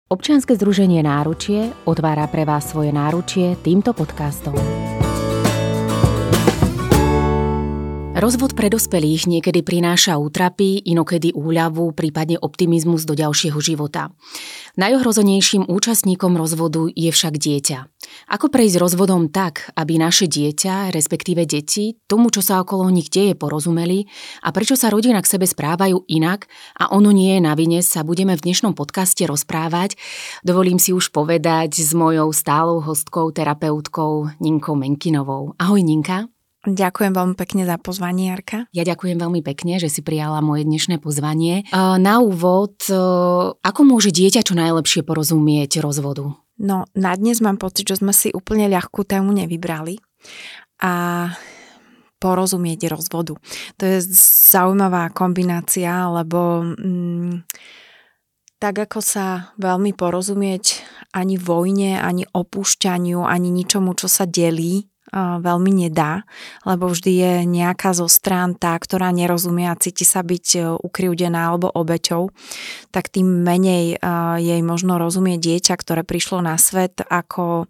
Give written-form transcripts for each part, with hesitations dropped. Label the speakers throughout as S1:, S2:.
S1: Občianske združenie Náručie otvára pre vás svoje náručie týmto podcastom. Rozvod pre dospelých niekedy prináša útrapy, inokedy úľavu, prípadne optimizmus do ďalšieho života. Najohrozenejším účastníkom rozvodu je však dieťa. Ako prejsť rozvodom tak, aby naše dieťa, respektíve deti, tomu, čo sa okolo nich deje, porozumeli a prečo sa rodina k sebe správajú inak a ono nie je na vine, sa budeme v dnešnom podcaste rozprávať. Dovolím si už povedať s mojou stálou hostkou, terapeutkou Ninkou Menkinovou. Ahoj Ninka.
S2: Ďakujem veľmi pekne za pozvanie, Jarka.
S1: Ja ďakujem veľmi pekne, že si prijala moje dnešné pozvanie. Na úvod, ako môže dieťa čo najlepšie porozumieť rozvodu?
S2: No, na dnes mám pocit, že sme si úplne ľahkú tému nevybrali a porozumieť rozvodu. To je zaujímavá kombinácia, lebo tak ako sa veľmi porozumieť ani vojne, ani opúšťaniu, ani ničomu, čo sa delí, veľmi nedá, lebo vždy je nejaká zo strán tá, ktorá nerozumie a cíti sa byť ukriúdená alebo obeťou, tak tým menej jej možno rozumie dieťa, ktoré prišlo na svet ako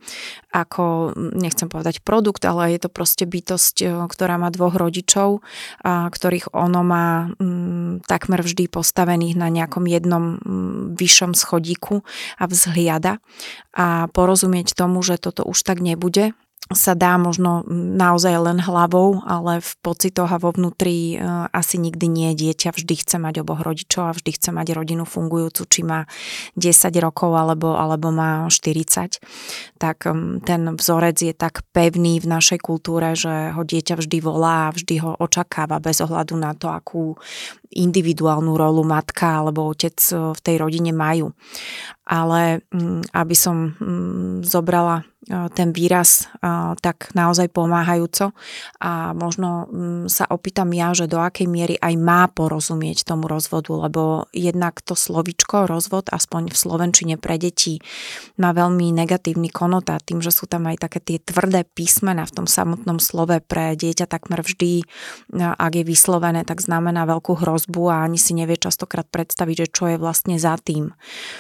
S2: nechcem povedať produkt, ale je to proste bytosť, ktorá má dvoch rodičov, ktorých ono má takmer vždy postavených na nejakom jednom vyššom schodíku a vzhliada a porozumieť tomu, že toto už tak nebude, sa dá možno naozaj len hlavou, ale v pocitoch a vo vnútri asi nikdy nie. Dieťa vždy chce mať oboch rodičov a vždy chce mať rodinu fungujúcu, či má 10 rokov alebo má 40. Tak ten vzorec je tak pevný v našej kultúre, že ho dieťa vždy volá a vždy ho očakáva bez ohľadu na to, akú individuálnu rolu matka alebo otec v tej rodine majú. Ale aby som zobrala ten výraz tak naozaj pomáhajúco a možno sa opýtam ja, že do akej miery aj má porozumieť tomu rozvodu, lebo jednak to slovíčko rozvod, aspoň v slovenčine pre deti, má veľmi negatívny konotát tým, že sú tam aj také tie tvrdé písmena v tom samotnom slove pre dieťa takmer vždy, ak je vyslovené, tak znamená veľkú hrozbu a ani si nevie častokrát predstaviť, že čo je vlastne za tým.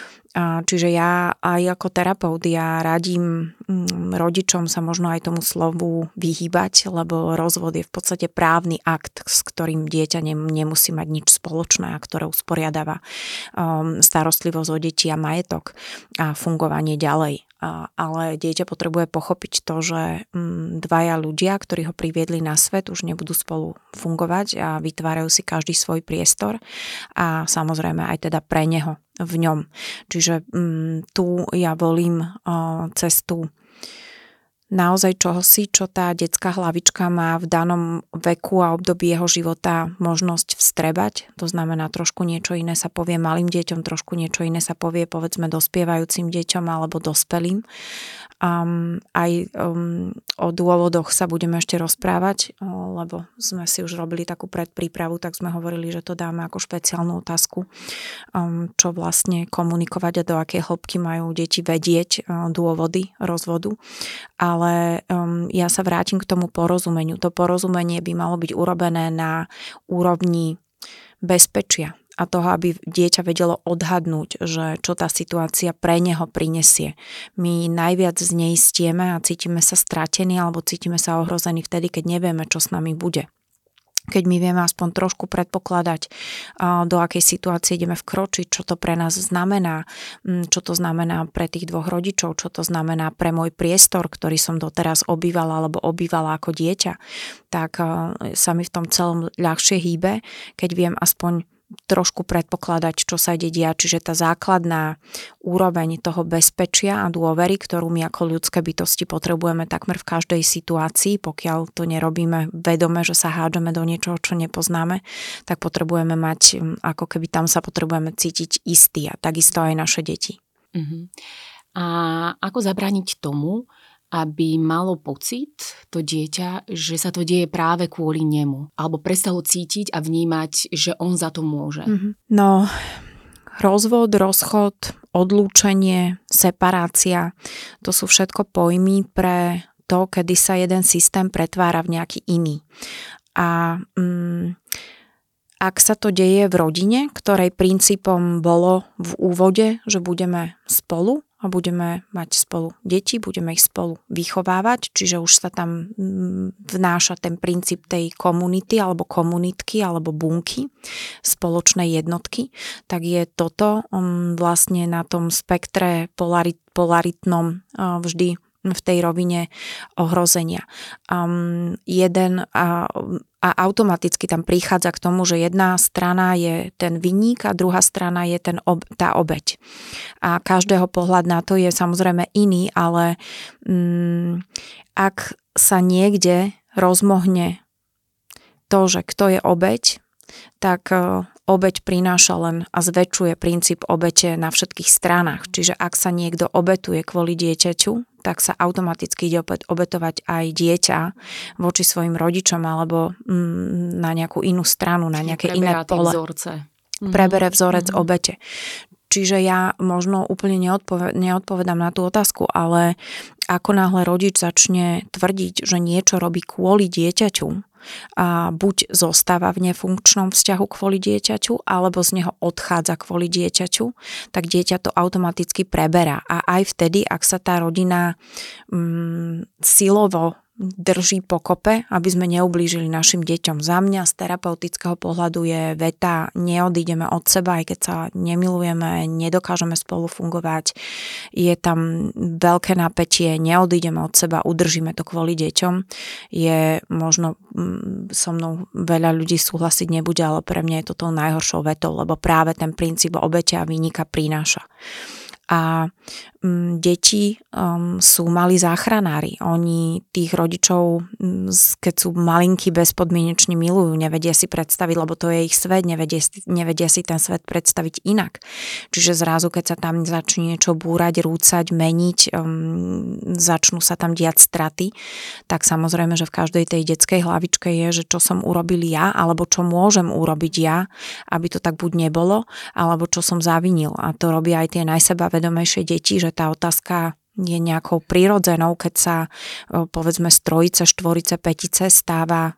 S2: Čiže ja aj ako terapeut radím rodičom sa možno aj tomu slovu vyhýbať, lebo rozvod je v podstate právny akt, s ktorým dieťa nemusí mať nič spoločné a ktoré usporiadáva starostlivosť o deti a majetok a fungovanie ďalej. Ale dieťa potrebuje pochopiť to, že dvaja ľudia, ktorí ho priviedli na svet, už nebudú spolu fungovať a vytvárajú si každý svoj priestor a samozrejme aj teda pre neho v ňom. Čiže tu ja volím cestu naozaj čohosi, čo tá detská hlavička má v danom veku a období jeho života možnosť vstrebať. To znamená, trošku niečo iné sa povie malým deťom, trošku niečo iné sa povie povedzme dospievajúcim deťom alebo dospelým. Aj o dôvodoch sa budeme ešte rozprávať, lebo sme si už robili takú predprípravu, tak sme hovorili, že to dáme ako špeciálnu otázku, čo vlastne komunikovať a do akej hĺbky majú deti vedieť dôvody rozvodu. Ale ja sa vrátim k tomu porozumeniu. To porozumenie by malo byť urobené na úrovni bezpečia a toho, aby dieťa vedelo odhadnúť, že čo tá situácia pre neho prinesie. My najviac zneistieme a cítime sa stratení alebo cítime sa ohrození vtedy, keď nevieme, čo s nami bude. Keď my vieme aspoň trošku predpokladať, do akej situácie ideme vkročiť, čo to pre nás znamená, čo to znamená pre tých dvoch rodičov, čo to znamená pre môj priestor, ktorý som doteraz obývala alebo obývala ako dieťa, tak sa mi v tom celom ľahšie hýbe, keď viem aspoň trošku predpokladať, čo sa ide diať, čiže tá základná úroveň toho bezpečia a dôvery, ktorú my ako ľudské bytosti potrebujeme takmer v každej situácii, pokiaľ to nerobíme vedome, že sa hádžeme do niečoho, čo nepoznáme, tak potrebujeme mať, ako keby tam sa potrebujeme cítiť istí a takisto aj naše deti. Uh-huh.
S1: A ako zabrániť tomu, aby malo pocit to dieťa, že sa to deje práve kvôli nemu. Alebo prestalo cítiť a vnímať, že on za to môže.
S2: No, rozvod, rozchod, odlúčenie, separácia, to sú všetko pojmy pre to, kedy sa jeden systém pretvára v nejaký iný. A Ak sa to deje v rodine, ktorej princípom bolo v úvode, že budeme spolu a budeme mať spolu deti, budeme ich spolu vychovávať, čiže už sa tam vnáša ten princíp tej komunity alebo komunitky alebo bunky, spoločnej jednotky, tak je toto vlastne na tom spektre polaritnom vždy v tej rovine ohrozenia. A automaticky tam prichádza k tomu, že jedna strana je ten vinník a druhá strana je tá obeť. A každého pohľad na to je samozrejme iný, ale ak sa niekde rozmohne to, že kto je obeť, tak obeť prináša len a zväčšuje princíp obete na všetkých stranách. Čiže ak sa niekto obetuje kvôli dieťaťu, tak sa automaticky ide obetovať aj dieťa voči svojim rodičom alebo na nejakú inú stranu, na nejaké iné pole. Prebere vzorec obete. Čiže ja možno úplne neodpovedám na tú otázku, ale ako náhle rodič začne tvrdiť, že niečo robí kvôli dieťaťu, a buď zostáva v nefunkčnom vzťahu kvôli dieťaťu, alebo z neho odchádza kvôli dieťaťu, tak dieťa to automaticky preberá. A aj vtedy, ak sa tá rodina silovo drží pokope, aby sme neublížili našim deťom. Za mňa z terapeutického pohľadu je veta: neodídeme od seba, aj keď sa nemilujeme, nedokážeme spolu fungovať, je tam veľké napätie, neodídeme od seba, udržíme to kvôli deťom. Je možno so mnou veľa ľudí súhlasiť nebude, ale pre mňa je to tou najhoršou vetou, lebo práve ten princíp obete a výnika prináša. A deti sú malí záchranári. Oni tých rodičov, keď sú malinkí, bezpodmienečne milujú, nevedia si predstaviť, lebo to je ich svet, nevedia si ten svet predstaviť inak. Čiže zrazu, keď sa tam začne niečo búrať, rúcať, meniť, začnú sa tam diať straty, tak samozrejme, že v každej tej detskej hlavičke je, že čo som urobil ja, alebo čo môžem urobiť ja, aby to tak buď nebolo, alebo čo som zavinil. A to robia aj tie najsebavedomejšie deti, že tá otázka je nejakou prirodzenou, keď sa povedzme z trojice, štvorice, pätice stáva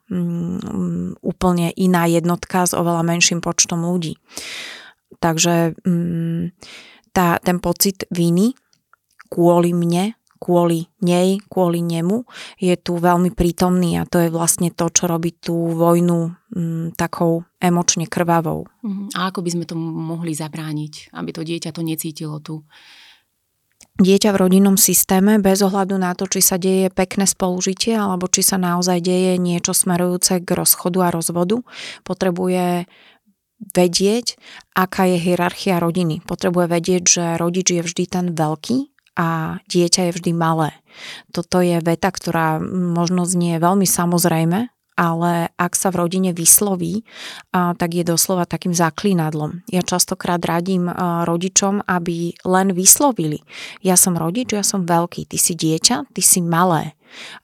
S2: úplne iná jednotka s oveľa menším počtom ľudí. Takže ten pocit viny kvôli mne, kvôli nej, kvôli nemu je tu veľmi prítomný a to je vlastne to, čo robí tú vojnu takou emočne krvavou.
S1: A ako by sme to mohli zabrániť, aby to dieťa to necítilo tu?
S2: Dieťa v rodinnom systéme, bez ohľadu na to, či sa deje pekné spolužitie alebo či sa naozaj deje niečo smerujúce k rozchodu a rozvodu, potrebuje vedieť, aká je hierarchia rodiny. Potrebuje vedieť, že rodič je vždy ten veľký a dieťa je vždy malé. Toto je veta, ktorá možno znie veľmi samozrejme, ale ak sa v rodine vysloví, tak je doslova takým zaklínadlom. Ja častokrát radím rodičom, aby len vyslovili: ja som rodič, ja som veľký, ty si dieťa, ty si malé.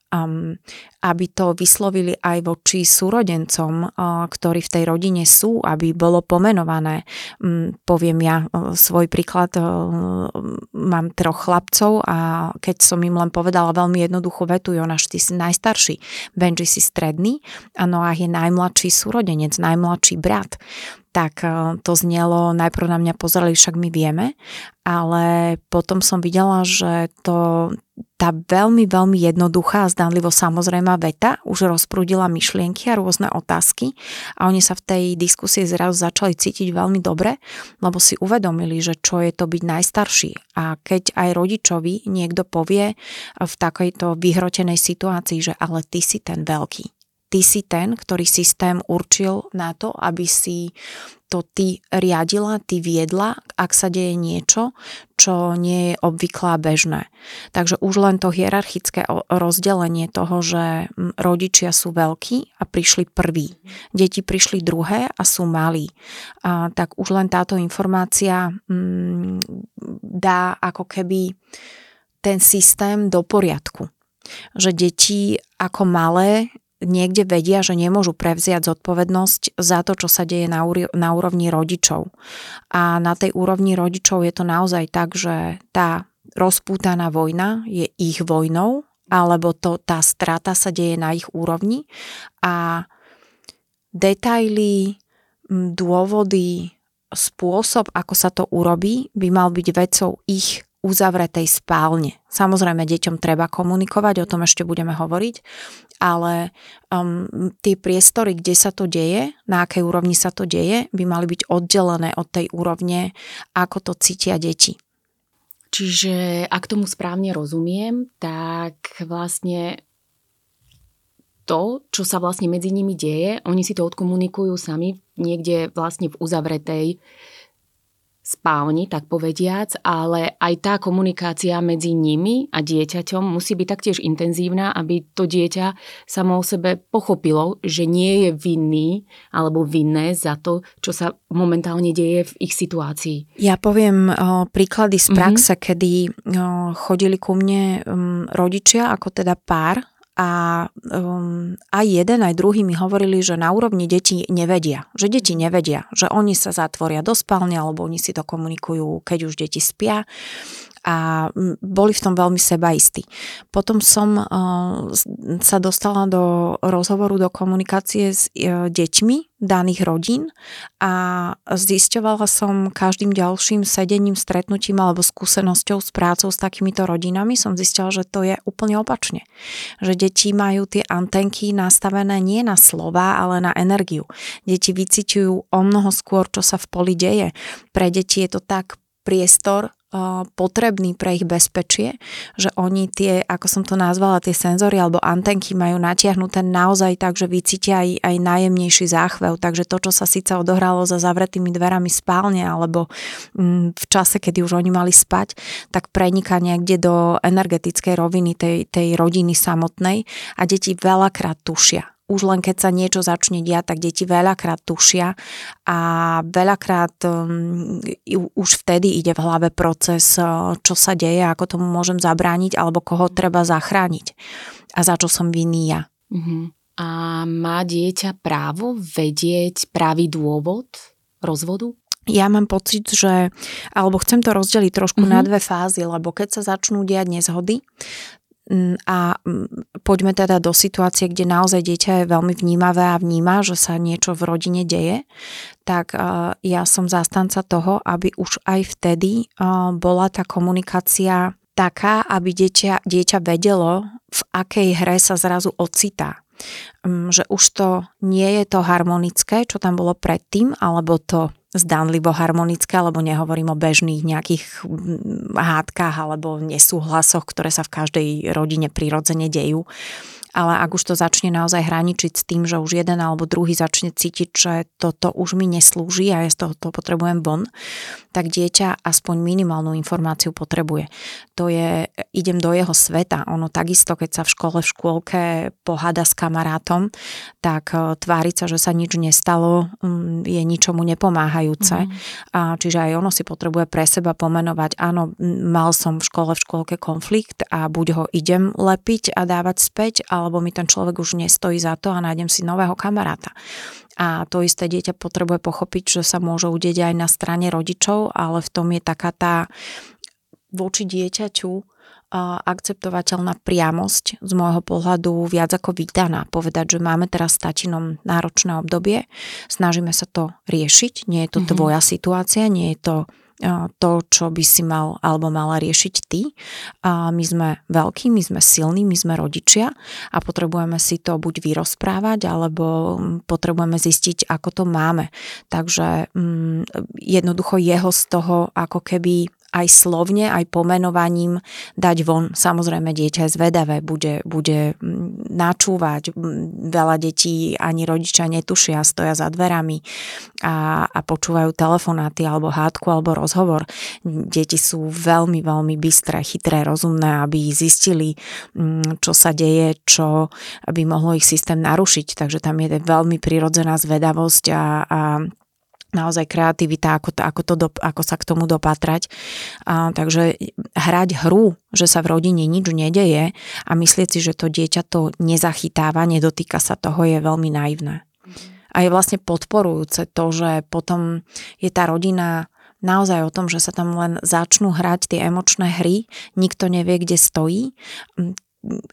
S2: Aby to vyslovili aj voči súrodencom, ktorí v tej rodine sú, aby bolo pomenované. Poviem ja svoj príklad, mám 3 chlapcov a keď som im len povedala veľmi jednoduchú vetu: Jonáš, ty si najstarší, Benji si stredný a Noah je najmladší súrodenec, najmladší brat. Tak to znelo, najprv na mňa pozerali, však my vieme, ale potom som videla, že tá veľmi, veľmi jednoduchá a zdánlivo samozrejmá veta už rozprúdila myšlienky a rôzne otázky a oni sa v tej diskusii zrazu začali cítiť veľmi dobre, lebo si uvedomili, že čo je to byť najstarší. A keď aj rodičovi niekto povie v takejto vyhrotenej situácii, že ale ty si ten veľký. Ty si ten, ktorý systém určil na to, aby si to ty riadila, ty viedla, ak sa deje niečo, čo nie je obvyklé a bežné. Takže už len to hierarchické rozdelenie toho, že rodičia sú veľkí a prišli prví, deti prišli druhé a sú malí. Tak už len táto informácia dá ako keby ten systém do poriadku. Že deti ako malé niekde vedia, že nemôžu prevziať zodpovednosť za to, čo sa deje na úrovni rodičov. A na tej úrovni rodičov je to naozaj tak, že tá rozpútaná vojna je ich vojnou, alebo tá strata sa deje na ich úrovni a detaily, dôvody, spôsob, ako sa to urobí, by mal byť vecou ich uzavretej spálne. Samozrejme, deťom treba komunikovať, o tom ešte budeme hovoriť, ale tie priestory, kde sa to deje, na akej úrovni sa to deje, by mali byť oddelené od tej úrovne, ako to cítia deti.
S1: Čiže ak tomu správne rozumiem, tak vlastne to, čo sa vlastne medzi nimi deje, oni si to odkomunikujú sami niekde vlastne v uzavretej spálni, tak povediac, ale aj tá komunikácia medzi nimi a dieťaťom musí byť taktiež intenzívna, aby to dieťa samo o sebe pochopilo, že nie je vinný alebo vinné za to, čo sa momentálne deje v ich situácii.
S2: Ja poviem príklady z praxe, kedy chodili ku mne rodičia, ako teda pár, a aj jeden, aj druhý mi hovorili, že na úrovni detí nevedia. Že deti nevedia, že oni sa zatvoria do spálne, alebo oni si to komunikujú, keď už deti spia. A boli v tom veľmi sebaistí. Potom som sa dostala do rozhovoru, do komunikácie s deťmi daných rodín a zisťovala som každým ďalším sedením, stretnutím alebo skúsenosťou s prácou s takýmito rodinami, som zistila, že to je úplne opačne. Že deti majú tie antenky nastavené nie na slova, ale na energiu. Deti vyciťujú o mnoho skôr, čo sa v poli deje. Pre deti je to tak priestor potrebný pre ich bezpečie, že oni tie, ako som to nazvala, tie senzory alebo antenky majú natiahnuté naozaj tak, že vycítia aj najjemnejší záchvev, takže to, čo sa síce odohralo za zavretými dverami spálne alebo v čase, kedy už oni mali spať, tak preniká niekde do energetickej roviny tej rodiny samotnej a deti veľakrát tušia. Už len keď sa niečo začne diať, tak deti veľakrát tušia a veľakrát už vtedy ide v hlave proces, čo sa deje, ako tomu môžem zabrániť alebo koho treba zachrániť a za čo som vinný ja.
S1: A má dieťa právo vedieť pravý dôvod rozvodu?
S2: Ja mám pocit, že, alebo chcem to rozdeliť trošku na dve fázy, lebo keď sa začnú diať nezhody, a poďme teda do situácie, kde naozaj dieťa je veľmi vnímavé a vníma, že sa niečo v rodine deje, tak ja som zástanca toho, aby už aj vtedy bola tá komunikácia taká, aby dieťa vedelo, v akej hre sa zrazu ocitá. Že už to nie je to harmonické, čo tam bolo predtým, alebo to zdánlivo harmonické, alebo nehovorím o bežných nejakých hádkach alebo nesúhlasoch, ktoré sa v každej rodine prirodzene dejú. Ale ak už to začne naozaj hraničiť s tým, že už jeden alebo druhý začne cítiť, že toto už mi neslúži a ja z toho potrebujem von, tak dieťa aspoň minimálnu informáciu potrebuje. To je, idem do jeho sveta. Ono takisto, keď sa v škôlke poháda s kamarátom, tak tváriť sa, že sa nič nestalo, je ničomu nepomáhajúce. Čiže aj ono si potrebuje pre seba pomenovať, áno, mal som v škôlke konflikt a buď ho idem lepiť a dávať späť, alebo mi ten človek už nestojí za to a nájdem si nového kamaráta. A to isté dieťa potrebuje pochopiť, že sa môže udieť aj na strane rodičov, ale v tom je taká tá voči dieťaťu akceptovateľná priamosť z môjho pohľadu viac ako vítaná. Povedať, že máme teraz s tatinom náročné obdobie, snažíme sa to riešiť, nie je to tvoja situácia, nie je to, čo by si mal alebo mala riešiť ty. My sme veľkí, my sme silní, my sme rodičia a potrebujeme si to buď vyrozprávať, alebo potrebujeme zistiť, ako to máme. Takže jednoducho jeho z toho ako keby aj slovne, aj pomenovaním dať von. Samozrejme, dieťa je zvedavé, bude načúvať. Veľa detí ani rodičia netušia, stoja za dverami a počúvajú telefonáty alebo hádku alebo rozhovor. Deti sú veľmi, veľmi bystré, chytré, rozumné, aby zistili, čo sa deje, čo by mohlo ich systém narušiť. Takže tam je veľmi prirodzená zvedavosť a naozaj kreativita, ako sa k tomu dopatrať. Takže hrať hru, že sa v rodine nič nedeje a myslieť si, že to dieťa to nezachytáva, nedotýka sa toho, je veľmi naivné. A je vlastne podporujúce to, že potom je tá rodina naozaj o tom, že sa tam len začnú hrať tie emočné hry, nikto nevie, kde stojí. A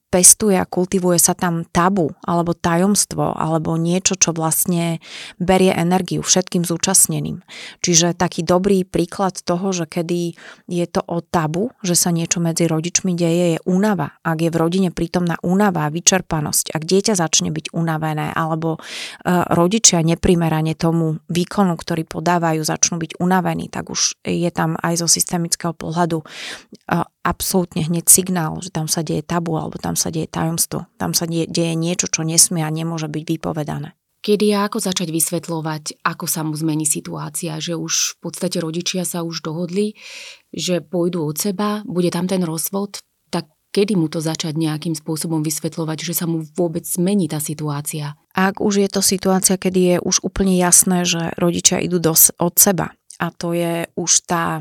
S2: pestuje a kultivuje sa tam tabu alebo tajomstvo alebo niečo, čo vlastne berie energiu všetkým zúčastneným. Čiže taký dobrý príklad toho, že kedy je to o tabu, že sa niečo medzi rodičmi deje, je únava. Ak je v rodine prítomná únava, vyčerpanosť, ak dieťa začne byť unavené alebo rodičia neprimerane tomu výkonu, ktorý podávajú, začnú byť unavení, tak už je tam aj zo systemického pohľadu absolútne hneď signál, že tam sa deje tabu alebo tam sa deje tajomstvo. Tam sa deje niečo, čo nesmie a nemôže byť vypovedané.
S1: Kedy a ako začať vysvetľovať, ako sa mu zmení situácia, že už v podstate rodičia sa už dohodli, že pôjdu od seba, bude tam ten rozvod, tak kedy mu to začať nejakým spôsobom vysvetľovať, že sa mu vôbec zmení tá situácia?
S2: Ak už je to situácia, kedy je už úplne jasné, že rodičia idú od seba a to je už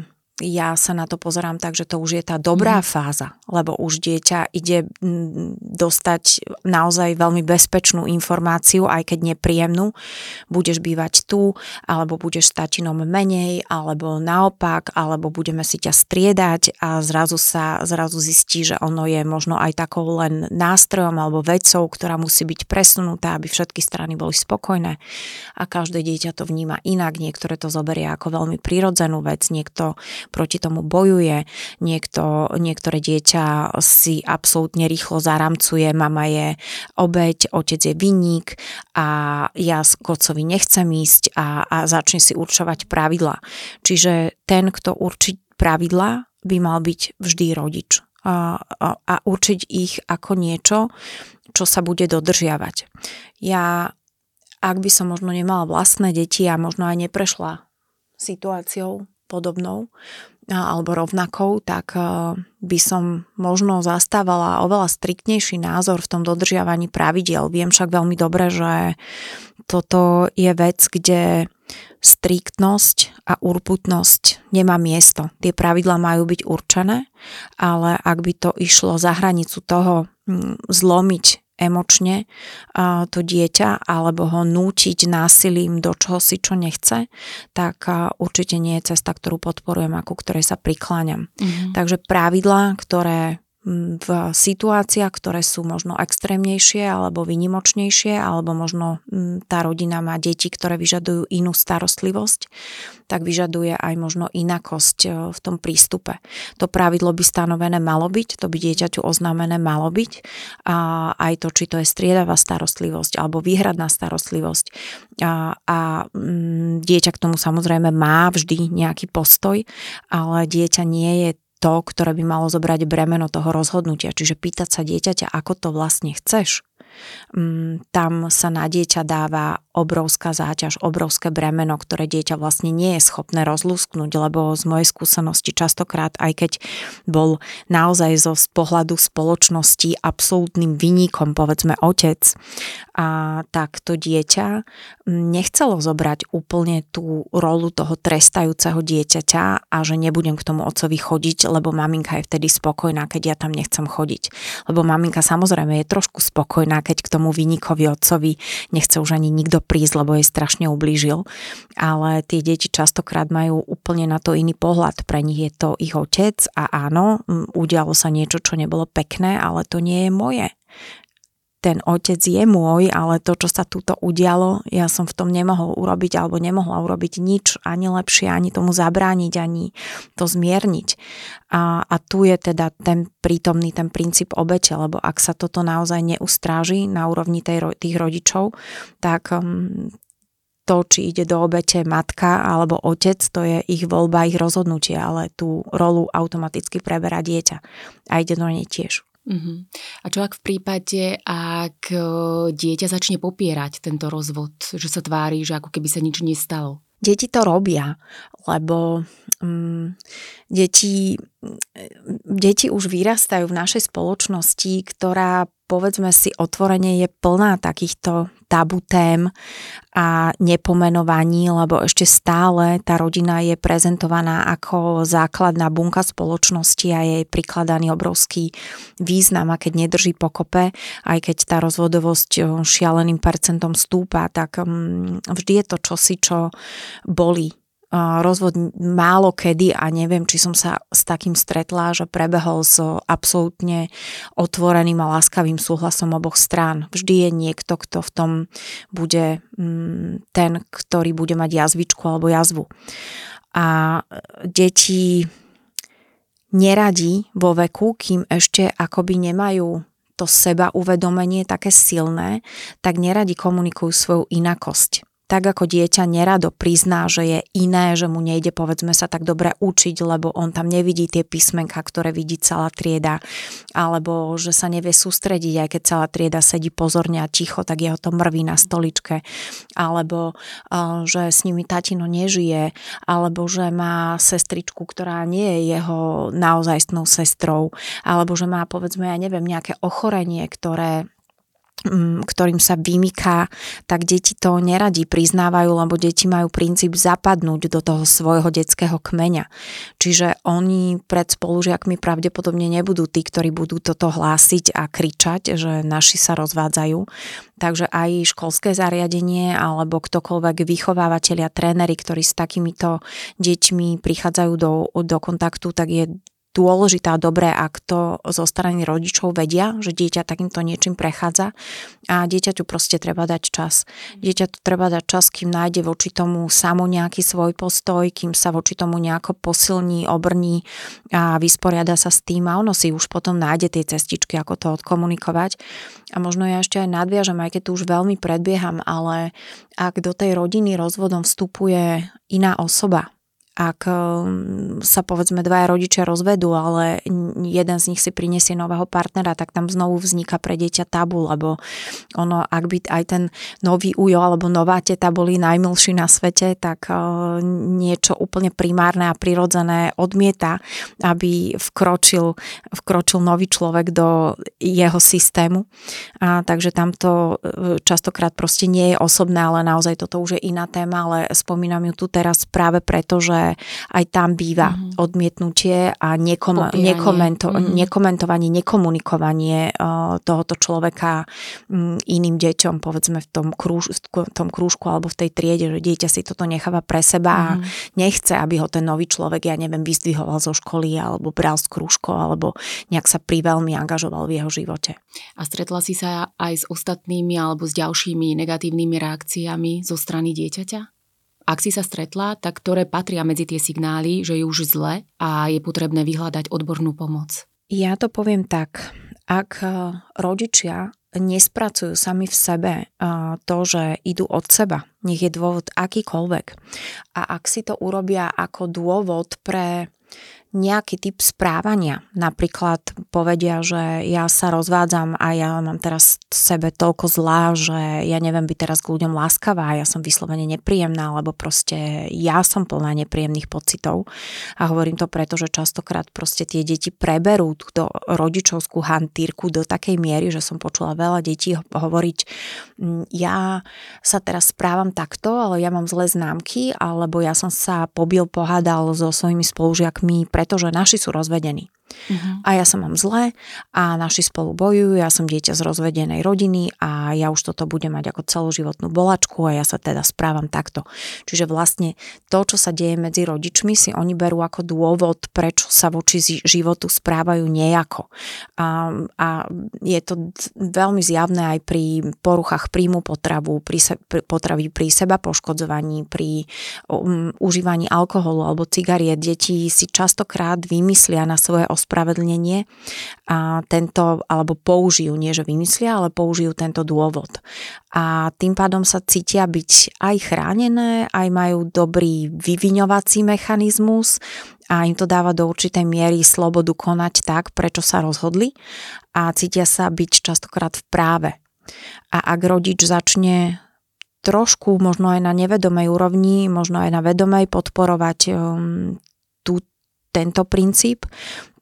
S2: ja sa na to pozerám tak, že to už je tá dobrá fáza, lebo už dieťa ide dostať naozaj veľmi bezpečnú informáciu, aj keď nepríjemnú. Budeš bývať tu, alebo budeš s tatinom menej, alebo naopak, alebo budeme si ťa striedať a zrazu zistí, že ono je možno aj takou len nástrojom alebo vecou, ktorá musí byť presunutá, aby všetky strany boli spokojné. A každé dieťa to vníma inak, niektoré to zoberie ako veľmi prirodzenú vec, niekto proti tomu bojuje, niektoré dieťa si absolútne rýchlo zaramcuje, mama je obeť, otec je vinník a ja k otcovi nechcem ísť a začne si určovať pravidlá. Čiže ten, kto určí pravidlá, by mal byť vždy rodič a určiť ich ako niečo, čo sa bude dodržiavať. Ja, ak by som možno nemala vlastné deti a možno aj neprešla situáciou podobnou alebo rovnakou, tak by som možno zastávala oveľa striktnejší názor v tom dodržiavaní pravidiel. Viem však veľmi dobre, že toto je vec, kde striktnosť a urputnosť nemá miesto. Tie pravidlá majú byť určené, ale ak by to išlo za hranicu toho zlomiť emočne to dieťa alebo ho nútiť násilím do čohosi, čo nechce, tak určite nie je cesta, ktorú podporujem a ku ktorej sa prikláňam. Takže pravidlá, ktoré v situáciách, ktoré sú možno extrémnejšie alebo výnimočnejšie, alebo možno tá rodina má deti, ktoré vyžadujú inú starostlivosť, tak vyžaduje aj možno inakosť v tom prístupe. To pravidlo by stanovené malo byť, to by dieťaťu oznámené malo byť a aj to, či to je striedavá starostlivosť alebo výhradná starostlivosť a dieťa k tomu samozrejme má vždy nejaký postoj, ale dieťa nie je to, ktoré by malo zobrať bremeno toho rozhodnutia. Čiže pýtať sa dieťaťa, ako to vlastne chceš. Tam sa na dieťa dáva obrovská záťaž, obrovské bremeno, ktoré dieťa vlastne nie je schopné rozlúsknuť, lebo z mojej skúsenosti častokrát, aj keď bol naozaj z pohľadu spoločnosti absolútnym vinníkom, povedzme otec, tak to dieťa nechcelo zobrať úplne tú rolu toho trestajúceho dieťaťa a že nebudem k tomu otcovi chodiť, lebo maminka je vtedy spokojná, keď ja tam nechcem chodiť. Lebo maminka samozrejme je trošku spokojná, keď k tomu vinníkovi otcovi nechce už ani nikto prísť, lebo jej strašne ublížil. Ale tie deti častokrát majú úplne na to iný pohľad. Pre nich je to ich otec a áno, udialo sa niečo, čo nebolo pekné, ale to nie je moje. Ten otec je môj, ale to, čo sa túto udialo, ja som v tom nemohol urobiť alebo nemohla urobiť nič, ani lepšie, ani tomu zabrániť, ani to zmierniť. A tu je teda ten prítomný, ten princíp obete, lebo ak sa toto naozaj neustráži na úrovni tých rodičov, tak to, či ide do obete matka alebo otec, to je ich voľba, ich rozhodnutie, ale tú rolu automaticky preberá dieťa a ide do nej tiež.
S1: A čo ak v prípade, ak dieťa začne popierať tento rozvod, že sa tvári, že ako keby sa nič nestalo?
S2: Deti to robia, lebo deti už vyrastajú v našej spoločnosti, ktorá, povedzme si otvorene, je plná takýchto tabu tém a nepomenovaní, lebo ešte stále tá rodina je prezentovaná ako základná bunka spoločnosti a jej prikladaný obrovský význam, a keď nedrží pokope, aj keď tá rozvodovosť šialeným percentom stúpa, tak vždy je to čosi, čo bolí rozvod málo kedy, a neviem, či som sa s takým stretla, že prebehol s absolútne otvoreným a láskavým súhlasom oboch strán. Vždy je niekto, kto v tom bude ten, ktorý bude mať jazvičku alebo jazvu. A deti neradi vo veku, kým ešte akoby nemajú to seba uvedomenie také silné, tak neradi komunikujú svoju inakosť. Tak ako dieťa nerado prizná, že je iné, že mu nejde, povedzme sa, tak dobre učiť, lebo on tam nevidí tie písmenká, ktoré vidí celá trieda, alebo že sa nevie sústrediť, aj keď celá trieda sedí pozorne a ticho, tak jeho to mrví na stoličke, alebo že s nimi tatino nežije, alebo že má sestričku, ktorá nie je jeho naozajstnou sestrou, alebo že má, povedzme, ja neviem, nejaké ochorenie, ktorým sa vymyká, tak deti to neradi priznávajú, lebo deti majú princíp zapadnúť do toho svojho detského kmeňa. Čiže oni pred spolužiakmi pravdepodobne nebudú tí, ktorí budú toto hlásiť a kričať, že naši sa rozvádzajú. Takže aj školské zariadenie alebo ktokoľvek vychovávateľia, tréneri, ktorí s takýmito deťmi prichádzajú do kontaktu, tak je dôležité a dobré, ak to zo strany rodičov vedia, že dieťa takýmto niečím prechádza, a dieťaťu proste treba dať čas. Dieťaťu treba dať čas, kým nájde voči tomu samo nejaký svoj postoj, kým sa voči tomu nejako posilní, obrní a vysporiada sa s tým, a ono si už potom nájde tie cestičky, ako to odkomunikovať. A možno ja ešte aj nadviažem, aj keď tu už veľmi predbieham, ale ak do tej rodiny rozvodom vstupuje iná osoba, ak sa povedzme dvaja rodičia rozvedú, ale jeden z nich si prinesie nového partnera, tak tam znovu vzniká pre dieťa tabu, lebo ono, ak by aj ten nový ujo alebo nová teta boli najmilší na svete, tak niečo úplne primárne a prirodzené odmieta, aby vkročil nový človek do jeho systému. Takže tamto častokrát proste nie je osobné, ale naozaj toto už je iná téma, ale spomínam ju tu teraz práve preto, že aj tam býva odmietnutie a nekomentovanie, nekomunikovanie tohoto človeka iným deťom, povedzme v tom krúžku alebo v tej triede, že dieťa si toto necháva pre seba a nechce, aby ho ten nový človek, ja neviem, vyzdvihoval zo školy alebo bral z krúžko alebo nejak sa priveľmi angažoval v jeho živote.
S1: A stretla si sa aj s ostatnými alebo s ďalšími negatívnymi reakciami zo strany dieťaťa? Ak si sa stretla, tak ktoré patria medzi tie signály, že je už zle a je potrebné vyhľadať odbornú pomoc?
S2: Ja to poviem tak. Ak rodičia nespracujú sami v sebe to, že idú od seba, nech je dôvod akýkoľvek, a ak si to urobia ako dôvod pre nejaký typ správania, napríklad povedia, že ja sa rozvádzam a ja mám teraz v sebe toľko zlá, že ja neviem byť teraz k ľuďom láskavá, ja som vyslovene nepríjemná, lebo proste ja som plná nepríjemných pocitov, a hovorím to preto, že častokrát proste tie deti preberú túto rodičovskú hantírku do takej miery, že som počula veľa detí hovoriť, ja sa teraz správam takto, ale ja mám zlé známky, alebo ja som sa pohádal so svojimi spolužiakmi, pretože naši sú rozvedení. A ja sa mám zle a naši spolu bojujú, ja som dieťa z rozvedenej rodiny a ja už toto budem mať ako celoživotnú bolačku a ja sa teda správam takto. Čiže vlastne to, čo sa deje medzi rodičmi, si oni berú ako dôvod, prečo sa voči životu správajú nejako. A je to veľmi zjavné aj pri poruchách príjmu potravy, pri seba poškodzovaní, pri užívaní alkoholu alebo cigariet. Deti si častokrát vymyslia na svoje ospravedlnenie a tento, alebo použijú, nie že vymyslia, ale použijú tento dôvod. A tým pádom sa cítia byť aj chránené, aj majú dobrý vyviňovací mechanizmus a im to dáva do určitej miery slobodu konať tak, prečo sa rozhodli, a cítia sa byť častokrát v práve. A ak rodič začne trošku, možno aj na nevedomej úrovni, možno aj na vedomej podporovať tento princíp,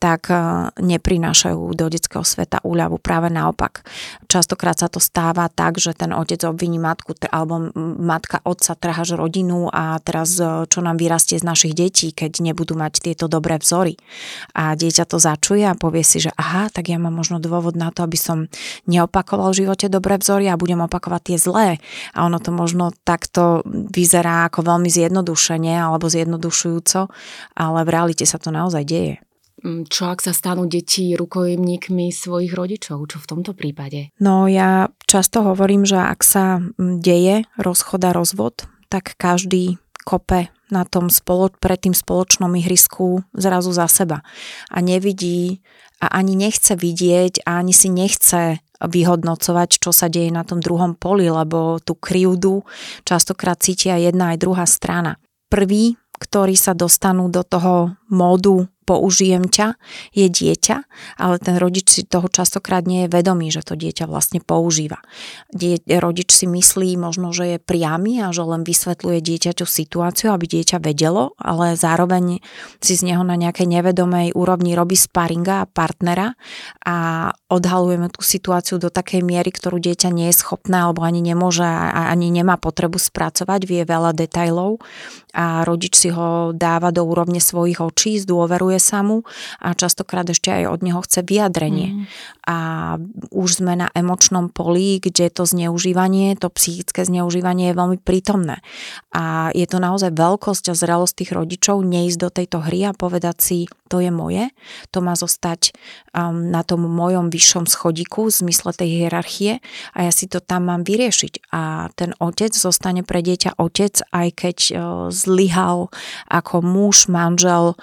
S2: tak neprinášajú do detského sveta úľavu. Práve naopak. Častokrát sa to stáva tak, že ten otec obviní matku alebo matka otca trháš rodinu a teraz čo nám vyrastie z našich detí, keď nebudú mať tieto dobré vzory. A dieťa to začuje a povie si, že aha, tak ja mám možno dôvod na to, aby som neopakoval v živote dobré vzory a budem opakovať tie zlé. A ono to možno takto vyzerá ako veľmi zjednodušene alebo zjednodušujúco, ale v realite sa to naozaj deje.
S1: Čo ak sa stanú deti rukojemníkmi svojich rodičov? Čo v tomto prípade?
S2: No ja často hovorím, že ak sa deje rozchod a rozvod, tak každý kope na tom pred tým spoločnom ihrisku zrazu za seba. A nevidí a ani nechce vidieť a ani si nechce vyhodnocovať, čo sa deje na tom druhom poli, lebo tú krivdu častokrát cítia jedna aj druhá strana. Prvý, ktorí sa dostanú do toho módu použijem ťa, je dieťa, ale ten rodič si toho častokrát nie je vedomý, že to dieťa vlastne používa. Rodič si myslí možno, že je priamy a že len vysvetľuje dieťaťu situáciu, aby dieťa vedelo, ale zároveň si z neho na nejakej nevedomej úrovni robí sparinga a partnera a odhalujeme tú situáciu do takej miery, ktorú dieťa nie je schopné alebo ani nemôže a ani nemá potrebu spracovať, vie veľa detailov a rodič si ho dáva do úrovne svojich očí, zdôveruje sa mu a častokrát ešte aj od neho chce vyjadrenie. A už sme na emočnom poli, kde to zneužívanie, to psychické zneužívanie je veľmi prítomné. A je to naozaj veľkosť a zrelosť tých rodičov neísť do tejto hry a povedať si, to je moje, to má zostať na tom mojom vyššom schodíku v zmysle tej hierarchie a ja si to tam mám vyriešiť. A ten otec zostane pre dieťa otec, aj keď zlyhal ako muž, manžel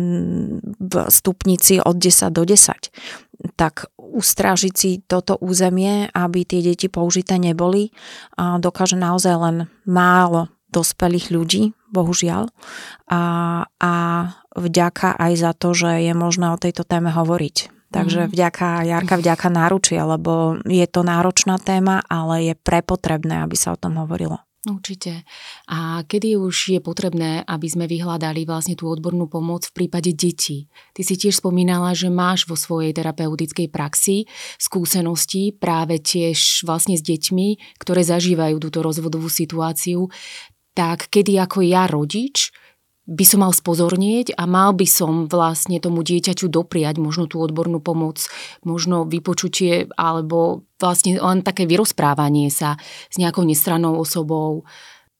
S2: v stupnici od 10 do 10. Tak ustrážiť si toto územie, aby tie deti použité neboli, dokáže naozaj len málo dospelých ľudí, bohužiaľ. A vďaka aj za to, že je možné o tejto téme hovoriť. Takže vďaka náručia, lebo je to náročná téma, ale je prepotrebné, aby sa o tom hovorilo.
S1: Určite. A kedy už je potrebné, aby sme vyhľadali vlastne tú odbornú pomoc v prípade detí? Ty si tiež spomínala, že máš vo svojej terapeutickej praxi skúsenosti práve tiež vlastne s deťmi, ktoré zažívajú túto rozvodovú situáciu. Tak kedy ako ja rodič by som mal spozornieť a mal by som vlastne tomu dieťaťu dopriať možno tú odbornú pomoc, možno vypočutie alebo vlastne len také vyrozprávanie sa s nejakou nestrannou osobou.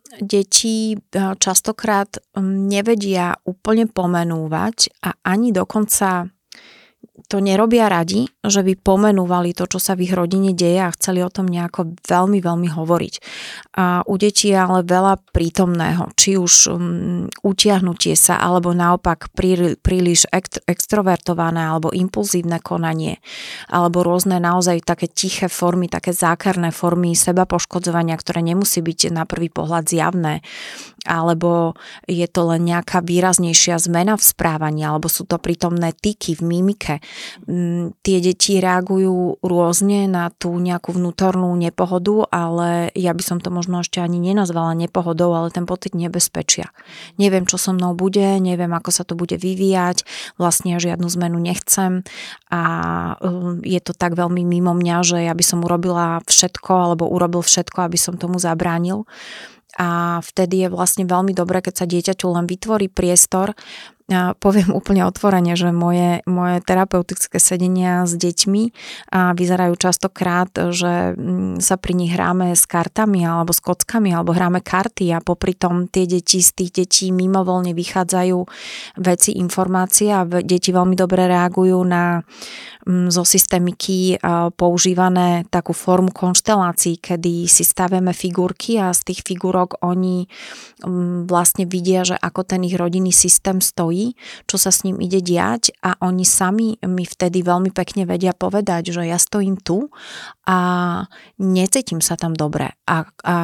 S2: Deti častokrát nevedia úplne pomenúvať a ani dokonca to nerobia radi, že by pomenúvali to, čo sa v ich rodine deje a chceli o tom nejako veľmi, veľmi hovoriť. A u detí je ale veľa prítomného, či už utiahnutie sa, alebo naopak príliš extrovertované, alebo impulzívne konanie, alebo rôzne naozaj také tiché formy, také zákerné formy sebapoškodzovania, ktoré nemusí byť na prvý pohľad zjavné, alebo je to len nejaká výraznejšia zmena v správaní, alebo sú to prítomné tyky v mimike. Tie deti reagujú rôzne na tú nejakú vnútornú nepohodu, ale ja by som to možno ešte ani nenazvala nepohodou, ale ten pocit nebezpečia. Neviem, čo so mnou bude, neviem, ako sa to bude vyvíjať, vlastne žiadnu zmenu nechcem a je to tak veľmi mimo mňa, že ja by som urobila všetko alebo urobil všetko, aby som tomu zabránil. A vtedy je vlastne veľmi dobré, keď sa dieťaťu len vytvorí priestor. Ja poviem úplne otvorene, že moje terapeutické sedenia s deťmi vyzerajú častokrát, že sa pri nich hráme s kartami alebo s kockami alebo hráme karty a popri tom z tých detí mimovoľne vychádzajú veci, informácie a deti veľmi dobre reagujú na zo systémiky používané takú formu konštelácií, kedy si stavíme figurky a z tých figurok oni vlastne vidia, že ako ten ich rodinný systém stojí, čo sa s ním ide diať a oni sami mi vtedy veľmi pekne vedia povedať, že ja stojím tu a necítim sa tam dobre. A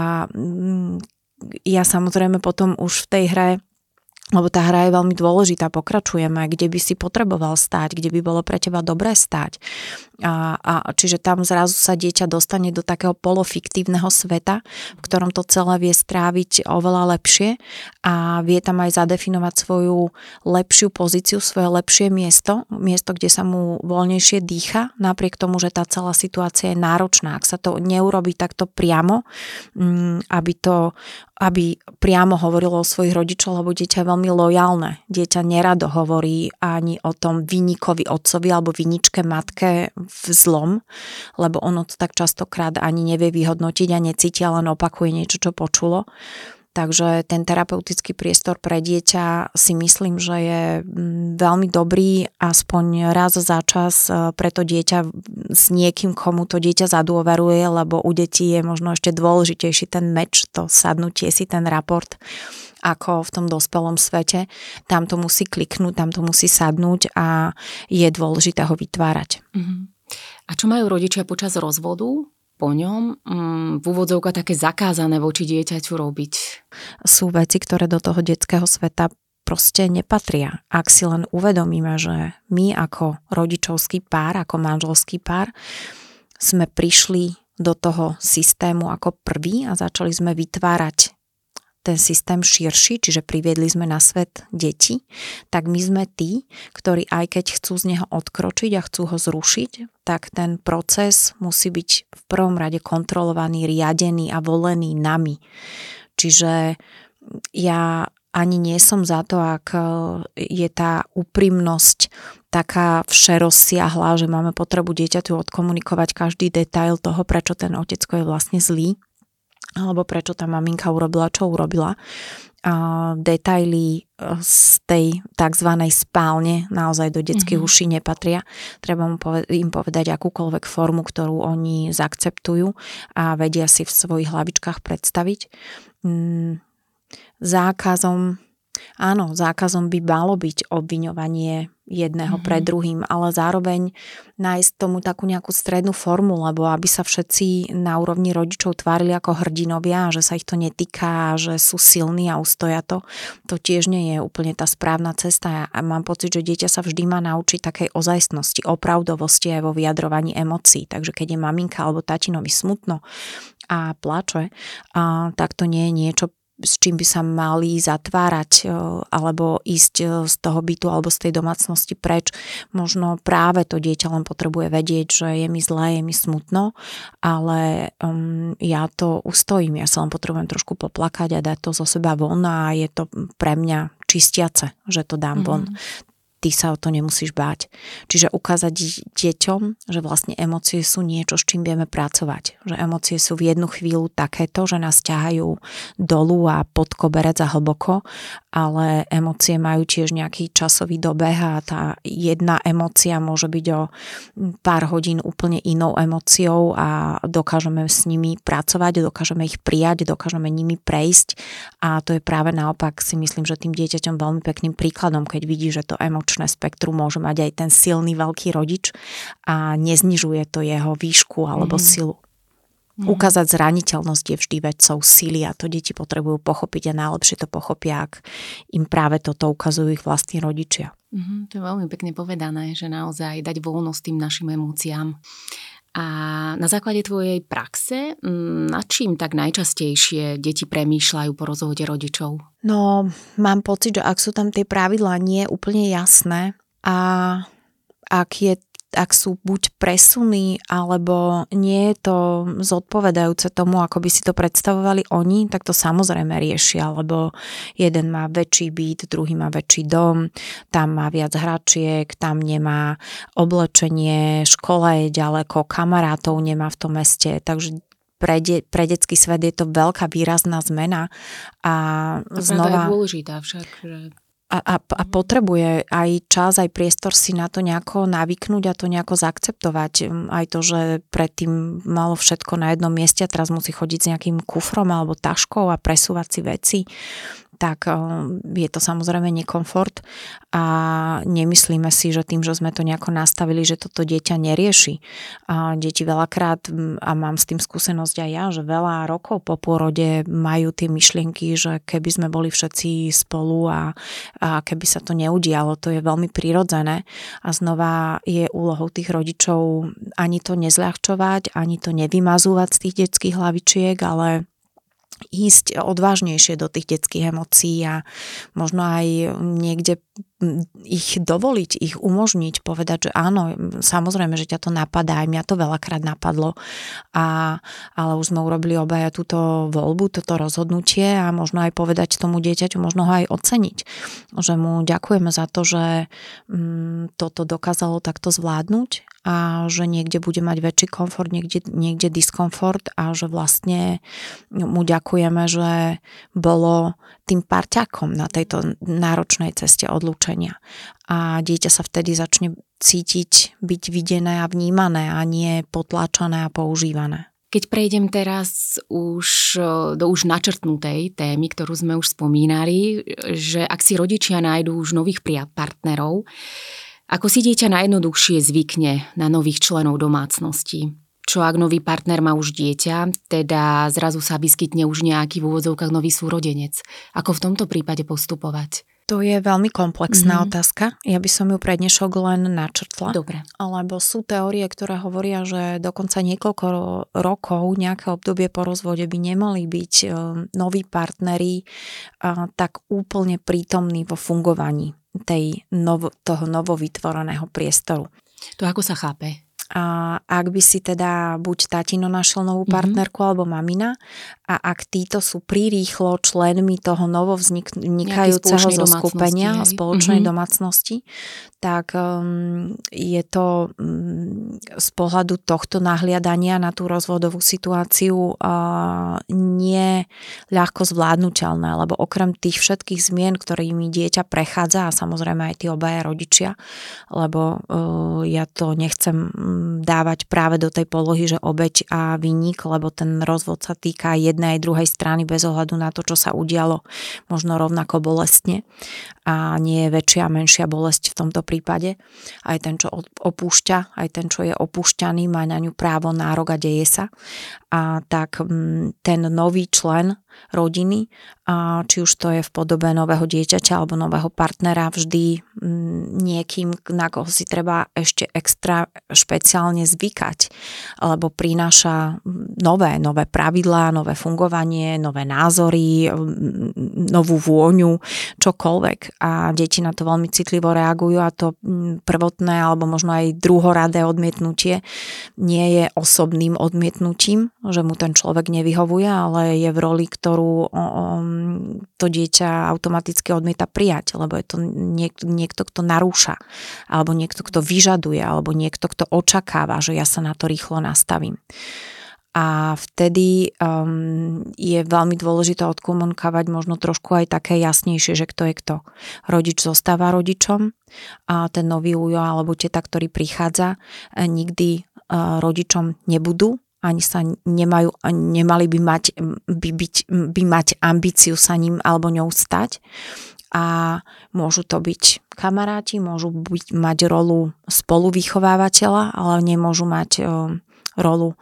S2: ja samozrejme potom už v tej hre, lebo tá hra je veľmi dôležitá, pokračujeme, kde by si potreboval stáť, kde by bolo pre teba dobré stáť. Čiže tam zrazu sa dieťa dostane do takého polofiktívneho sveta, v ktorom to celé vie stráviť oveľa lepšie a vie tam aj zadefinovať svoju lepšiu pozíciu, svoje lepšie miesto, kde sa mu voľnejšie dýcha, napriek tomu, že tá celá situácia je náročná. Ak sa to neurobí takto priamo, aby priamo hovorilo o svojich rodičoch, lebo dieťa je veľmi lojálne. Dieťa nerado hovorí ani o tom vinníkovi otcovi alebo viničke matke v zlom, lebo ono to tak častokrát ani nevie vyhodnotiť a necíti, len opakuje niečo, čo počulo. Takže ten terapeutický priestor pre dieťa si myslím, že je veľmi dobrý aspoň raz za čas pre to dieťa s niekým, komu to dieťa zadôveruje, lebo u detí je možno ešte dôležitejší ten match, to sadnutie si, ten raport, ako v tom dospelom svete. Tam to musí kliknúť, tam to musí sadnúť a je dôležité ho vytvárať.
S1: A čo majú rodičia počas rozvodu? Po ňom v úvodzovkách také zakázané voči dieťaťu robiť?
S2: Sú veci, ktoré do toho detského sveta proste nepatria. Ak si len uvedomíme, že my ako rodičovský pár, ako manželský pár sme prišli do toho systému ako prví a začali sme vytvárať ten systém širší, čiže priviedli sme na svet deti, tak my sme tí, ktorí aj keď chcú z neho odkročiť a chcú ho zrušiť, tak ten proces musí byť v prvom rade kontrolovaný, riadený a volený nami. Čiže ja ani nie som za to, ak je tá úprimnosť taká všerozsiahla, že máme potrebu dieťaťu odkomunikovať každý detail toho, prečo ten otecko je vlastne zlý, alebo prečo tá maminka urobila, čo urobila. Detaily z tej takzvanej spálne naozaj do detských uší nepatria. Treba im povedať akúkoľvek formu, ktorú oni zaakceptujú a vedia si v svojich hlavičkách predstaviť. Zákazom by malo byť obviňovanie jedného pred druhým, ale zároveň nájsť tomu takú nejakú strednú formu, lebo aby sa všetci na úrovni rodičov tvárili ako hrdinovia, že sa ich to netýka, že sú silní a ustoja to tiež nie je úplne tá správna cesta. A mám pocit, že dieťa sa vždy má naučiť takej ozajstnosti, opravdovosti aj vo vyjadrovaní emócií. Takže keď je maminka alebo tatinovi smutno a plače, tak to nie je niečo, s čím by sa mali zatvárať alebo ísť z toho bytu alebo z tej domácnosti preč. Možno práve to dieťa len potrebuje vedieť, že je mi zlé, je mi smutno, ale ja to ustojím, ja sa len potrebujem trošku poplakať a dať to zo seba von a je to pre mňa čistiace, že to dám von. Ty sa o to nemusíš báť. Čiže ukázať deťom, že vlastne emócie sú niečo, s čím vieme pracovať. Že emócie sú v jednu chvíľu takéto, že nás ťahajú dolu a pod koberec a hlboko, ale emócie majú tiež nejaký časový dobeh a tá jedna emócia môže byť o pár hodín úplne inou emóciou a dokážeme s nimi pracovať, dokážeme ich prijať, dokážeme nimi prejsť a to je práve naopak, si myslím, že tým dieťaťom veľmi pekným príkladom, keď vidí, že to emočné spektrum môže mať aj ten silný veľký rodič a neznižuje to jeho výšku alebo silu. Ukázať zraniteľnosť je vždy vecou sily a to deti potrebujú pochopiť a najlepšie to pochopia, ak im práve toto ukazujú ich vlastní rodičia.
S1: To je veľmi pekne povedané, že naozaj dať voľnosť tým našim emóciám. A na základe tvojej praxe, nad čím tak najčastejšie deti premýšľajú po rozvode rodičov?
S2: No, mám pocit, že ak sú tam tie pravidlá nie úplne jasné a ak sú buď presuny, alebo nie je to zodpovedajúce tomu, ako by si to predstavovali oni, tak to samozrejme riešia, lebo jeden má väčší byt, druhý má väčší dom, tam má viac hračiek, tam nemá oblečenie, škola je ďaleko, kamarátov nemá v tom meste, takže pre detský svet je to veľká výrazná zmena a znova...
S1: je dôležitá však, že...
S2: A potrebuje aj čas, aj priestor si na to nejako navyknúť a to nejako zaakceptovať. Aj to, že predtým malo všetko na jednom mieste a teraz musí chodiť s nejakým kufrom alebo taškou a presúvať si veci. tak je to samozrejme nekomfort a nemyslíme si, že tým, že sme to nejako nastavili, že toto dieťa nerieši. A deti veľakrát, a mám s tým skúsenosť aj ja, že veľa rokov po pôrode majú tie myšlienky, že keby sme boli všetci spolu a keby sa to neudialo, to je veľmi prirodzené a znova je úlohou tých rodičov ani to nezľahčovať, ani to nevymazúvať z tých detských hlavičiek, ale ísť odvážnejšie do tých detských emócií a možno aj niekde ich dovoliť, ich umožniť, povedať, že áno, samozrejme, že ťa to napadá, aj mňa to veľakrát napadlo, ale už sme urobili obaja túto voľbu, toto rozhodnutie a možno aj povedať tomu dieťaťu, možno ho aj oceniť, že mu ďakujeme za to, že toto dokázalo takto zvládnuť a že niekde bude mať väčší komfort, niekde diskomfort a že vlastne mu ďakujeme, že bolo tým parťakom na tejto náročnej ceste odlúčenia. A dieťa sa vtedy začne cítiť, byť videné a vnímané a nie potláčané a používané.
S1: Keď prejdem teraz už do už načrtnutej témy, ktorú sme už spomínali, že ak si rodičia nájdú už nových partnerov, ako si dieťa najjednoduchšie zvykne na nových členov domácnosti? Čo ak nový partner má už dieťa, teda zrazu sa vyskytne už nejaký v úvodzovkách nový súrodenec? Ako v tomto prípade postupovať?
S2: To je veľmi komplexná otázka. Ja by som ju pre dnešok len načrtla.
S1: Dobre.
S2: Lebo sú teórie, ktoré hovoria, že dokonca niekoľko rokov, nejaké obdobie po rozvode by nemali byť noví partneri tak úplne prítomní vo fungovaní toho novovytvoreného priestoru.
S1: To ako sa chápe?
S2: A ak by si teda buď tatino našiel novú partnerku alebo mamina a ak títo sú prirýchlo členmi toho novovznikajúceho zoskupenia spoločnej domácnosti, tak je to z pohľadu tohto nahliadania na tú rozvodovú situáciu nie ľahko zvládnuteľné, lebo okrem tých všetkých zmien, ktorými dieťa prechádza a samozrejme aj tí obaja rodičia, lebo ja to nechcem dávať práve do tej polohy, že obeť a vinník, lebo ten rozvod sa týka jednej aj druhej strany bez ohľadu na to, čo sa udialo, možno rovnako bolestne a nie je väčšia a menšia bolesť v tomto prípade. Aj ten, čo opúšťa, aj ten, čo je opúšťaný, má na ňu právo, nárok a deje sa. A tak ten nový člen rodiny, či už to je v podobe nového dieťaťa alebo nového partnera, vždy niekým, na koho si treba ešte extra špeciálne zvykať, lebo prináša nové pravidlá, nové fungovanie, nové názory, novú vôňu, čokoľvek. A deti na to veľmi citlivo reagujú a to prvotné alebo možno aj druhoradé odmietnutie nie je osobným odmietnutím, že mu ten človek nevyhovuje, ale je v roli, ktorú to dieťa automaticky odmieta prijať, lebo je to niekto, kto narúša, alebo niekto, kto vyžaduje, alebo niekto, kto očakáva, že ja sa na to rýchlo nastavím. A vtedy je veľmi dôležité odkomunikovať možno trošku aj také jasnejšie, že kto je kto. Rodič zostáva rodičom a ten nový ujo alebo teta, ktorý prichádza, nikdy rodičom nebudú, ani sa nemali by mať ambíciu sa ním alebo ňou stať. A môžu to byť kamaráti, môžu mať rolu spoluvychovávateľa, ale nemôžu mať rolu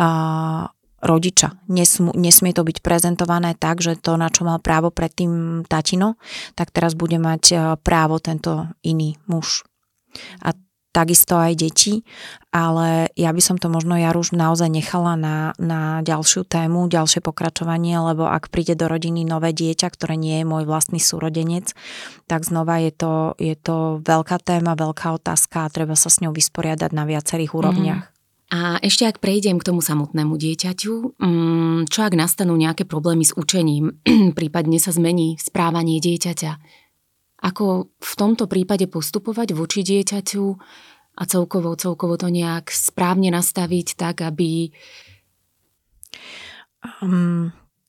S2: rodiča. Nesmie to byť prezentované tak, že to, na čo mal právo predtým tatino, tak teraz bude mať právo tento iný muž. A takisto aj deti, ale ja by som to možno, Jaruš, naozaj nechala na ďalšiu tému, ďalšie pokračovanie, lebo ak príde do rodiny nové dieťa, ktoré nie je môj vlastný súrodenec, tak znova je to veľká téma, veľká otázka a treba sa s ňou vysporiadať na viacerých úrovniach.
S1: A ešte ak prejdem k tomu samotnému dieťaťu, čo ak nastanú nejaké problémy s učením, prípadne sa zmení správanie dieťaťa? Ako v tomto prípade postupovať voči dieťaťu a celkovo to nejak správne nastaviť tak, aby...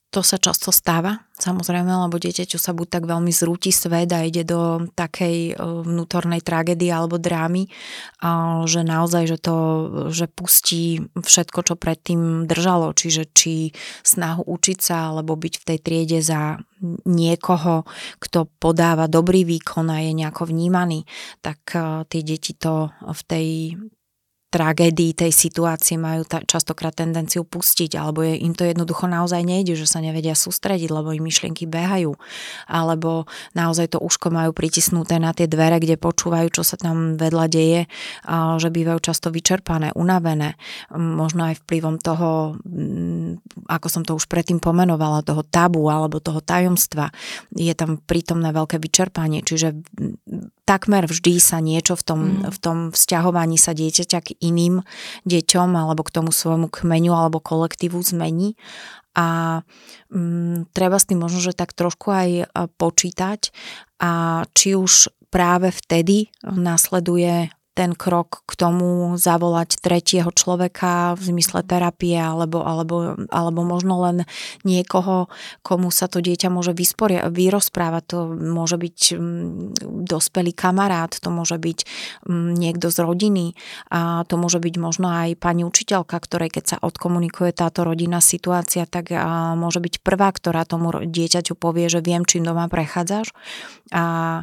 S2: To sa často stáva, samozrejme, lebo dieťaťu sa buď tak veľmi zrúti svet a ide do takej vnútornej tragédie alebo drámy, že naozaj, že pustí všetko, čo predtým držalo, čiže či snahu učiť sa, alebo byť v tej triede za niekoho, kto podáva dobrý výkon a je nejako vnímaný, tak tie deti to v tej tragédii tej situácie majú častokrát tendenciu pustiť, alebo im to jednoducho naozaj nejde, že sa nevedia sústrediť, lebo im myšlienky behajú, alebo naozaj to uško majú pritisnuté na tie dvere, kde počúvajú, čo sa tam vedľa deje, že bývajú často vyčerpané, unavené, možno aj vplyvom toho, ako som to už predtým pomenovala, toho tabu alebo toho tajomstva, je tam prítomné veľké vyčerpanie, čiže takmer vždy sa niečo v tom vzťahovaní sa dieťaťa k iným deťom alebo k tomu svojmu kmeňu alebo kolektívu zmení a treba s tým možno, že tak trošku aj počítať a či už práve vtedy nasleduje ten krok k tomu zavolať tretieho človeka v zmysle terapie alebo možno len niekoho, komu sa to dieťa môže vyrozprávať. To môže byť dospelý kamarát, to môže byť niekto z rodiny a to môže byť možno aj pani učiteľka, ktorej keď sa odkomunikuje táto rodinná situácia, tak môže byť prvá, ktorá tomu dieťaťu povie, že viem, čím doma prechádzaš a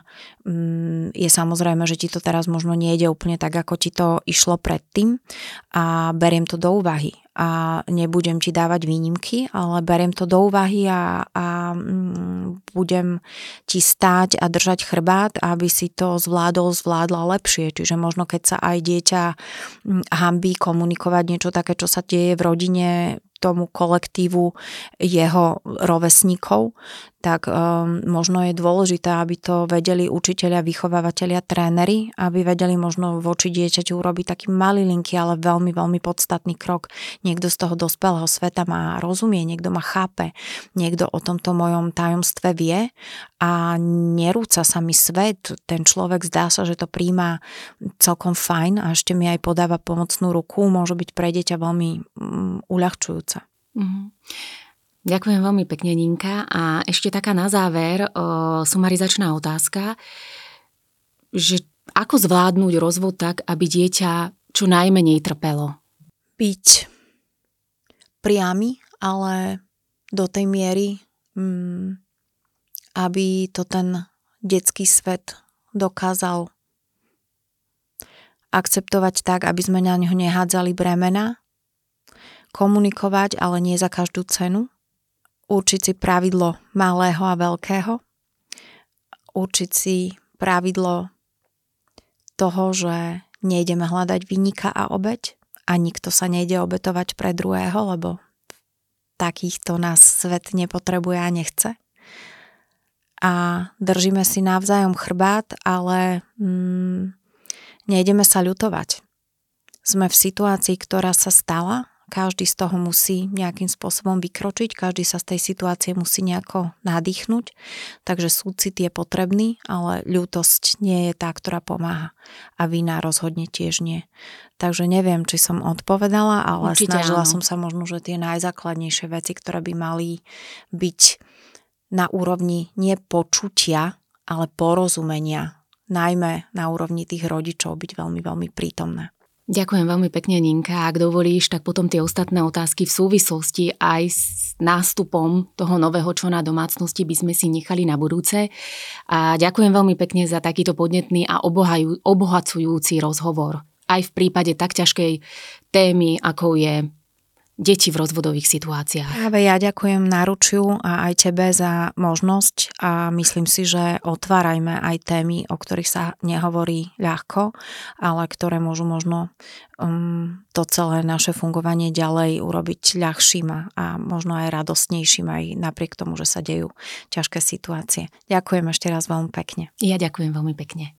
S2: je samozrejme, že ti to teraz možno nejde úplne tak, ako ti to išlo predtým a beriem to do úvahy a nebudem ti dávať výnimky, ale beriem to do úvahy a budem ti stáť a držať chrbát, aby si to zvládla lepšie. Čiže možno keď sa aj dieťa hanbí komunikovať niečo také, čo sa deje v rodine tomu kolektívu jeho rovesníkov, tak možno je dôležité, aby to vedeli učitelia, vychovávatelia, tréneri, aby vedeli možno voči dieťaťu urobiť taký malilinký, ale veľmi, veľmi podstatný krok. Niekto z toho dospelého sveta ma rozumie, niekto ma chápe, niekto o tomto mojom tajomstve vie a nerúca sa mi svet. Ten človek zdá sa, že to príjma celkom fajn a ešte mi aj podáva pomocnú ruku, môže byť pre dieťa veľmi uľahčujúca.
S1: Ďakujem veľmi pekne, Ninka. A ešte taká na záver sumarizačná otázka, že ako zvládnuť rozvod tak, aby dieťa čo najmenej trpelo?
S2: Byť priamy, ale do tej miery, aby to ten detský svet dokázal akceptovať tak, aby sme na ňo nehádzali bremena, komunikovať, ale nie za každú cenu, určiť si pravidlo malého a veľkého, určiť si pravidlo toho, že nejdeme hľadať vinníka a obeť a nikto sa nejde obetovať pre druhého, lebo takýchto nás svet nepotrebuje a nechce. A držíme si navzájom chrbát, ale nejdeme sa ľutovať. Sme v situácii, ktorá sa stala, každý z toho musí nejakým spôsobom vykročiť, každý sa z tej situácie musí nejako nadýchnuť, takže súcit je potrebný, ale ľútosť nie je tá, ktorá pomáha a vina rozhodne tiež nie. Takže neviem, či som odpovedala, ale určite snažila som sa možno, že tie najzákladnejšie veci, ktoré by mali byť na úrovni nie počutia, ale porozumenia, najmä na úrovni tých rodičov byť veľmi, veľmi prítomné.
S1: Ďakujem veľmi pekne, Ninka. Ak dovolíš, tak potom tie ostatné otázky v súvislosti aj s nástupom toho nového člena domácnosti by sme si nechali na budúce. A ďakujem veľmi pekne za takýto podnetný a obohacujúci rozhovor. Aj v prípade tak ťažkej témy, ako je deti v rozvodových situáciách.
S2: Práve ja ďakujem náručiu a aj tebe za možnosť a myslím si, že otvárajme aj témy, o ktorých sa nehovorí ľahko, ale ktoré môžu možno to celé naše fungovanie ďalej urobiť ľahším a možno aj radostnejším aj napriek tomu, že sa dejú ťažké situácie. Ďakujem ešte raz veľmi pekne.
S1: Ja ďakujem veľmi pekne.